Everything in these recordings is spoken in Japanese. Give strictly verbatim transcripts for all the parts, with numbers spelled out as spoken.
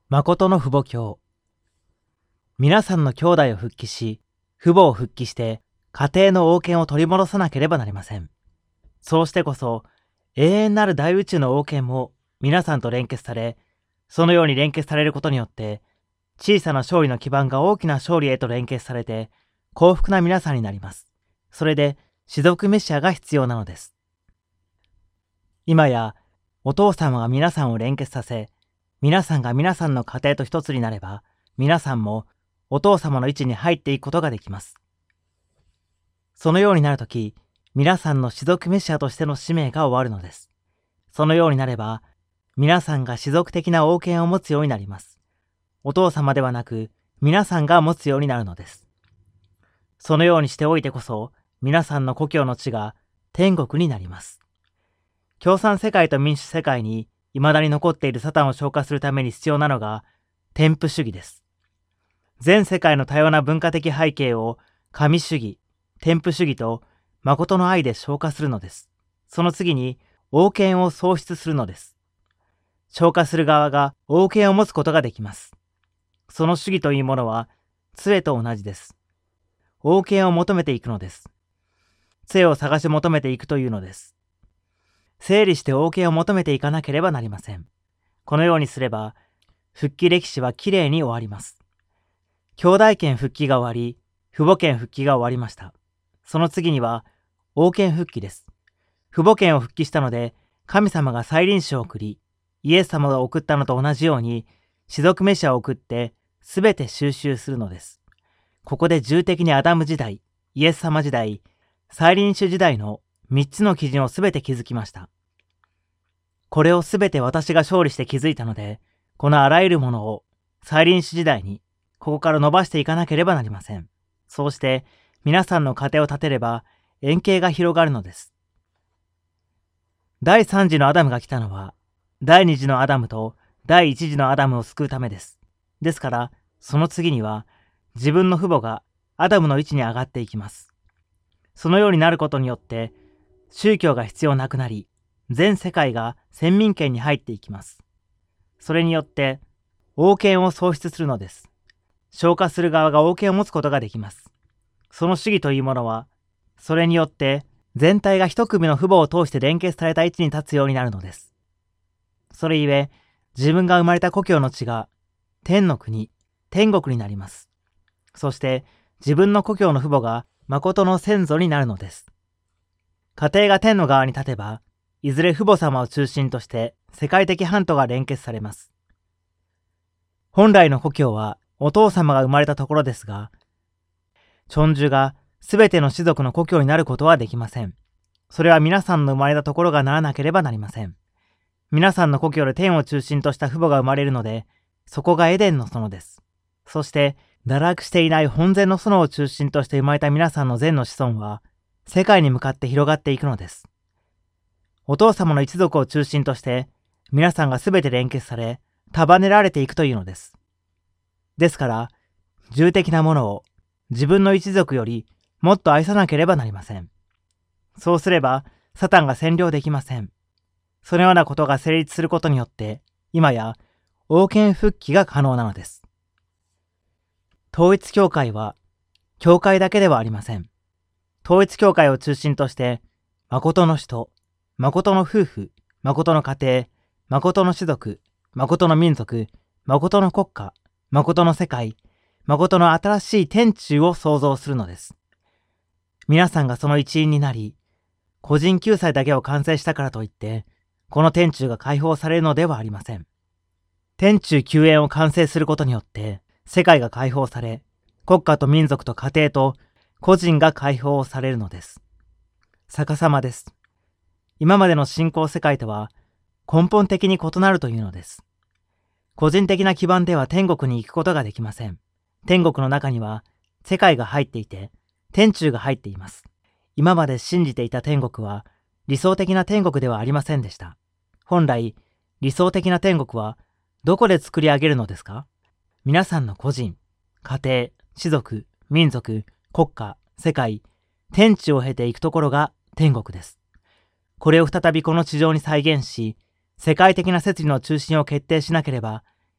誠の父母教。皆さんの兄弟を復帰し、父母を復帰して、家庭の王権を取り戻さなければなりません。そうしてこそ、永遠なる大宇宙の王権も皆さんと連結され、そのように連結されることによって、小さな勝利の基盤が大きな勝利へと連結されて、幸福な皆さんになります。それで、士族メシアが必要なのです。今や、お父様が皆さんを連結させ、皆さんが皆さんの家庭と一つになれば、皆さんもお父様の位置に入っていくことができます。そのようになるとき、皆さんの士族メシアとしての使命が終わるのです。そのようになれば、皆さんが士族的な王権を持つようになります。お父様ではなく、皆さんが持つようになるのです。そのようにしておいてこそ、皆さんの故郷の地が天国になります。共産世界と民主世界に未だに残っているサタンを消化するために必要なのが、天賦主義です。全世界の多様な文化的背景を神主義、天賦主義と誠の愛で消化するのです。その次に王権を創出するのです。消化する側が王権を持つことができます。その主義というものは杖と同じです。王権を求めていくのです。杖を探し求めていくというのです。整理して王権を求めていかなければなりません。このようにすれば、復帰歴史はきれいに終わります。兄弟権復帰が終わり、父母権復帰が終わりました。その次には、王権復帰です。父母権を復帰したので、神様が再臨死を送り、イエス様が送ったのと同じように、士族メシアを送って、すべて収集するのです。ここで重的にアダム時代、イエス様時代、再臨死時代の三つの基準をすべて築きました。これをすべて私が勝利して築いたので、このあらゆるものを再臨死時代にここから伸ばしていかなければなりません。そうして皆さんの家庭を建てれば円形が広がるのです。第三次のアダムが来たのは、第二次のアダムと第一次のアダムを救うためです。ですから、その次には自分の父母がアダムの位置に上がっていきます。そのようになることによって、宗教が必要なくなり、全世界が先民権に入っていきます。それによって、王権を創出するのです。消化する側が王権を持つことができます。その主義というものは、それによって全体が一組の父母を通して連結された位置に立つようになるのです。それゆえ、自分が生まれた故郷の地が天の国、天国になります。そして、自分の故郷の父母が誠の先祖になるのです。家庭が天の側に立てば、いずれ父母様を中心として世界的ハントが連結されます。本来の故郷はお父様が生まれたところですが、長寿がすべての士族の故郷になることはできません。それは皆さんの生まれたところがならなければなりません。皆さんの故郷で天を中心とした父母が生まれるので、そこがエデンの園です。そして、堕落していない本然の園を中心として生まれた皆さんの善の子孫は、世界に向かって広がっていくのです。お父様の一族を中心として、皆さんがすべて連結され、束ねられていくというのです。ですから、重的なものを自分の一族よりもっと愛さなければなりません。そうすれば、サタンが占領できません。そのようなことが成立することによって、今や王権復帰が可能なのです。統一教会は、教会だけではありません。統一教会を中心として、誠の人、誠の夫婦、誠の家庭、誠の種族、誠の民族、誠の国家、誠の世界、誠の新しい天中を創造するのです。皆さんがその一員になり、個人救済だけを完成したからといって、この天中が解放されるのではありません。天中救援を完成することによって、世界が解放され、国家と民族と家庭と個人が解放されるのです。逆さまです。今までの信仰世界とは根本的に異なるというのです。個人的な基盤では天国に行くことができません。天国の中には世界が入っていて、天中が入っています。今まで信じていた天国は理想的な天国ではありませんでした。本来、理想的な天国はどこで作り上げるのですか？皆さんの個人、家庭、種族、民族、国家、世界、天地を経ていくところが天国です。これを再びこの地上に再現し、世界的な摂理の中心を決定しなければ、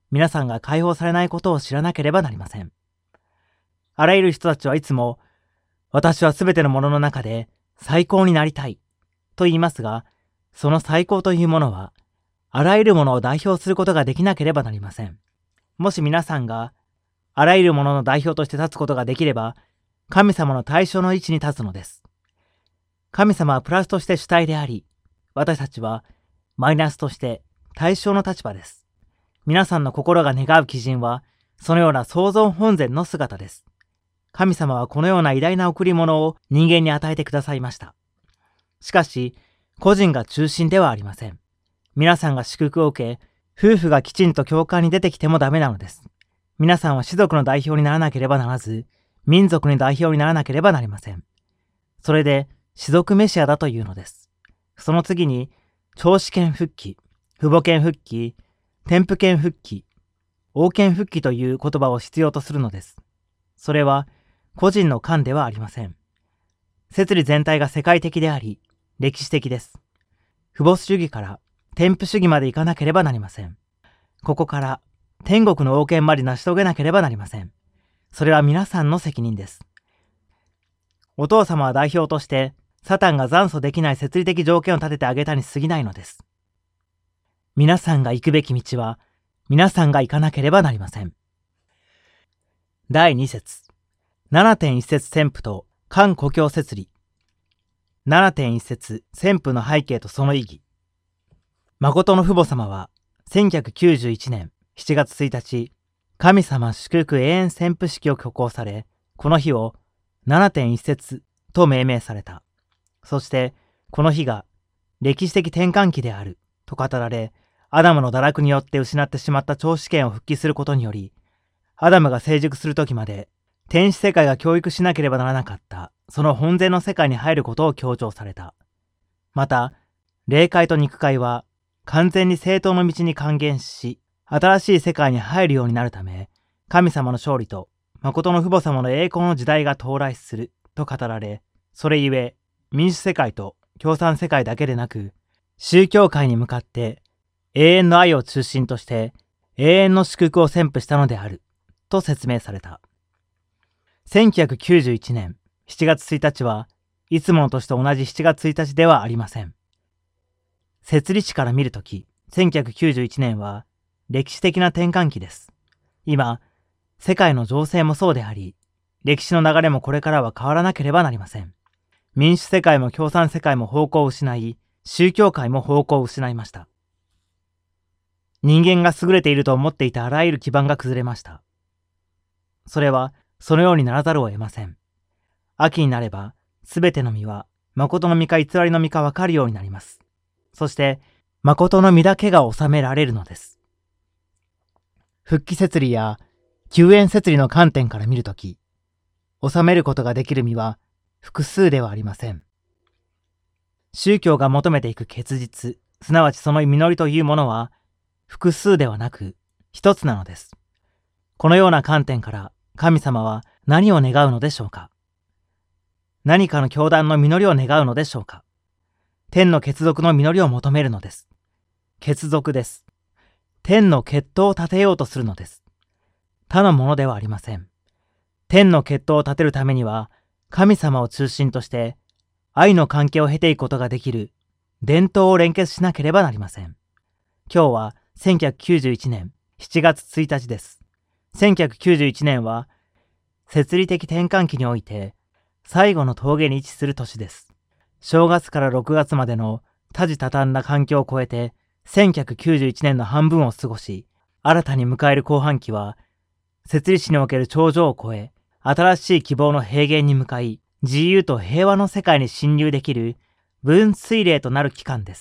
皆さんが解放されないことを知らなければなりません。あらゆる人たちはいつも、私はすべてのものの中で最高になりたいと言いますが、その最高というものは、あらゆるものを代表することができなければなりません。もし皆さんが、あらゆるものの代表として立つことができれば、神様の対象の位置に立つのです。神様はプラスとして主体であり、私たちはマイナスとして対象の立場です。皆さんの心が願う基準は、そのような創造本然の姿です。神様はこのような偉大な贈り物を人間に与えてくださいました。しかし、個人が中心ではありません。皆さんが祝福を受け、夫婦がきちんと教会に出てきてもダメなのです。皆さんは士族の代表にならなければならず、民族の代表にならなければなりません。それで、士族メシアだというのです。その次に、長子権復帰、父母権復帰、天父権復帰、王権復帰という言葉を必要とするのです。それは、個人の間ではありません。摂理全体が世界的であり、歴史的です。父母主義から天父主義まで行かなければなりません。ここから天国の王権まで成し遂げなければなりません。それは皆さんの責任です。お父様は代表として、サタンが残素できない摂理的条件を立ててあげたに過ぎないのです。皆さんが行くべき道は、皆さんが行かなければなりません。だいに節。ななてんいち 節旋風と漢故郷摂理。ななてんいち 節旋風の背景とその意義。誠の父母様は、せんきゅうひゃくきゅうじゅういちねんしちがつついたち、神様祝福永遠旋風式を挙行され、この日を ななてんいち 節と命名された。そして、この日が歴史的転換期であると語られ、アダムの堕落によって失ってしまった長子権を復帰することにより、アダムが成熟する時まで、天使世界が教育しなければならなかった、その本然の世界に入ることを強調された。また、霊界と肉界は、完全に正当の道に還元し、新しい世界に入るようになるため、神様の勝利と、誠の父母様の栄光の時代が到来すると語られ、それゆえ、民主世界と共産世界だけでなく、宗教界に向かって永遠の愛を中心として永遠の祝福を宣布したのであると説明された。せんきゅうひゃくきゅうじゅういちねんしちがつついたちはいつもの年と同じしちがつついたちではありません。設立史から見るとき、せんきゅうひゃくきゅうじゅういちねんは歴史的な転換期です。今、世界の情勢もそうであり、歴史の流れもこれからは変わらなければなりません。民主世界も共産世界も方向を失い、宗教界も方向を失いました。人間が優れていると思っていたあらゆる基盤が崩れました。それは、そのようにならざるを得ません。秋になれば、すべての実は、誠の実か偽りの実かわかるようになります。そして、誠の実だけが収められるのです。復帰摂理や救援摂理の観点から見るとき、収めることができる実は複数ではありません。宗教が求めていく結実、すなわちその実りというものは複数ではなく一つなのです。このような観点から神様は何を願うのでしょうか。何かの教団の実りを願うのでしょうか。天の血族の実りを求めるのです。血族です。天の血統を立てようとするのです。他のものではありません。天の血統を立てるためには、神様を中心として、愛の関係を経ていくことができる伝統を連結しなければなりません。今日はせんきゅうひゃくきゅうじゅういちねんしちがつついたちです。せんきゅうひゃくきゅうじゅういちねんは、摂理的転換期において、最後の峠に位置する年です。正月からろくがつまでの多事多端な環境を超えて、せんきゅうひゃくきゅうじゅういちねんの半分を過ごし、新たに迎える後半期は、摂理史における頂上を超え、新しい希望の平原に向かい、自由と平和の世界に侵入できる分水嶺となる期間です。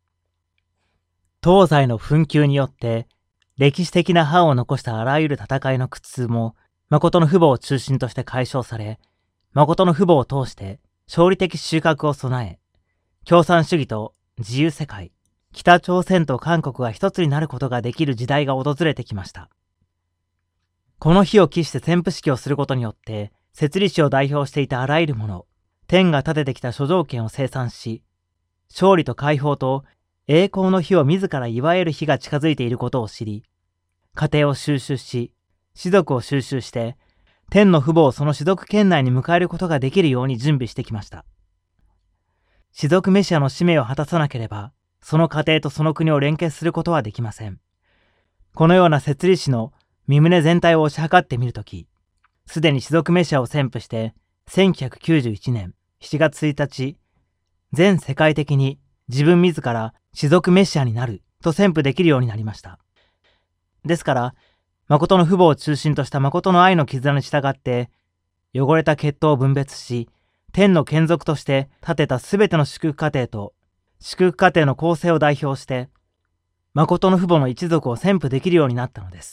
東西の紛糾によって、歴史的な範を残したあらゆる戦いの苦痛も、誠の父母を中心として解消され、誠の父母を通して勝利的収穫を備え、共産主義と自由世界、北朝鮮と韓国が一つになることができる時代が訪れてきました。この日を期して旋風式をすることによって、摂理史を代表していたあらゆるもの、天が立ててきた諸条件を清算し、勝利と解放と栄光の日を自ら祝える日が近づいていることを知り、 家庭を収集し、士族を収集して、天の父母をその士族圏内に迎えることができるように準備してきました。士族メシアの使命を果たさなければ、その家庭とその国を連結することはできません。このような設立史の身旨全体を推し量ってみるとき、すでに士族メシアを宣布して、せんきゅうひゃくきゅうじゅういちねんしちがつついたち、全世界的に自分自ら士族メシアになると宣布できるようになりました。ですから、誠の父母を中心とした誠の愛の絆に従って、汚れた血統を分別し、天の眷属として建てたすべての祝福家庭と、祝福家庭の構成を代表して、誠の父母の一族を宣布できるようになったのです。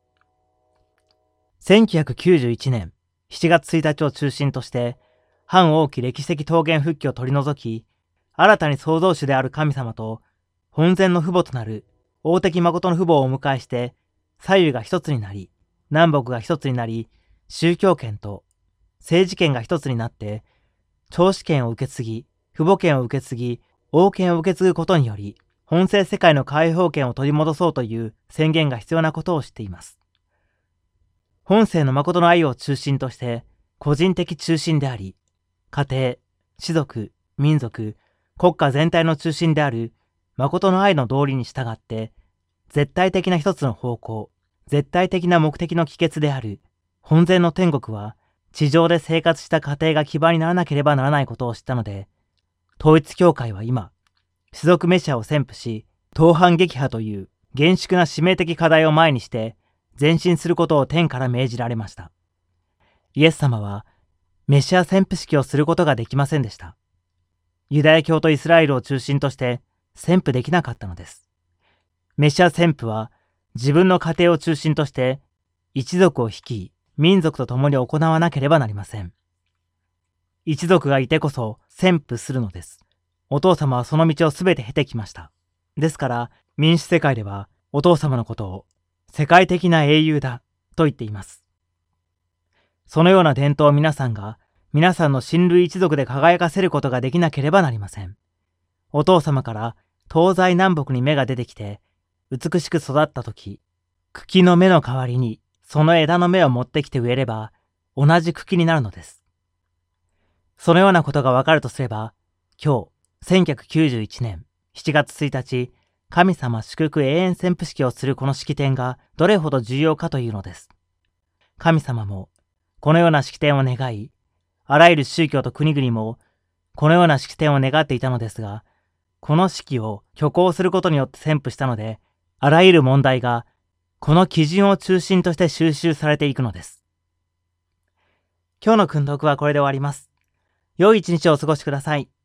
せんきゅうひゃくきゅうじゅういちねんしちがつついたちを中心として、反王期歴史的桃源復帰を取り除き、新たに創造主である神様と、本然の父母となる王的誠の父母をお迎えして、左右が一つになり、南北が一つになり、宗教権と政治権が一つになって、長子権を受け継ぎ、父母権を受け継ぎ、王権を受け継ぐことにより、本性世界の解放権を取り戻そうという宣言が必要なことを知っています。本性の誠の愛を中心として、個人的中心であり、家庭、士族、民族、国家全体の中心である誠の愛の道理に従って、絶対的な一つの方向、絶対的な目的の帰結である本然の天国は、地上で生活した家庭が基盤にならなければならないことを知ったので、統一教会は今、士族メシアを宣布し、統範撃破という厳粛な使命的課題を前にして、前進することを天から命じられました。イエス様は、メシア宣布式をすることができませんでした。ユダヤ教とイスラエルを中心として宣布できなかったのです。メシア宣布は自分の家庭を中心として一族を率い、民族と共に行わなければなりません。一族がいてこそ宣布するのです。お父様はその道をすべて経てきました。ですから民主世界ではお父様のことを世界的な英雄だと言っています。そのような伝統を皆さんが皆さんの親類一族で輝かせることができなければなりません。お父様から東西南北に芽が出てきて美しく育ったとき、茎の芽の代わりにその枝の芽を持ってきて植えれば同じ茎になるのです。そのようなことがわかるとすれば、今日せんきゅうひゃくきゅうじゅういちねんしちがつついたち、神様祝福永遠宣布式をするこの式典がどれほど重要かというのです。神様もこのような式典を願い、あらゆる宗教と国々もこのような式典を願っていたのですが、この式を挙行することによって宣布したので、あらゆる問題がこの基準を中心として収集されていくのです。今日の訓読はこれで終わります。良い一日をお過ごしください。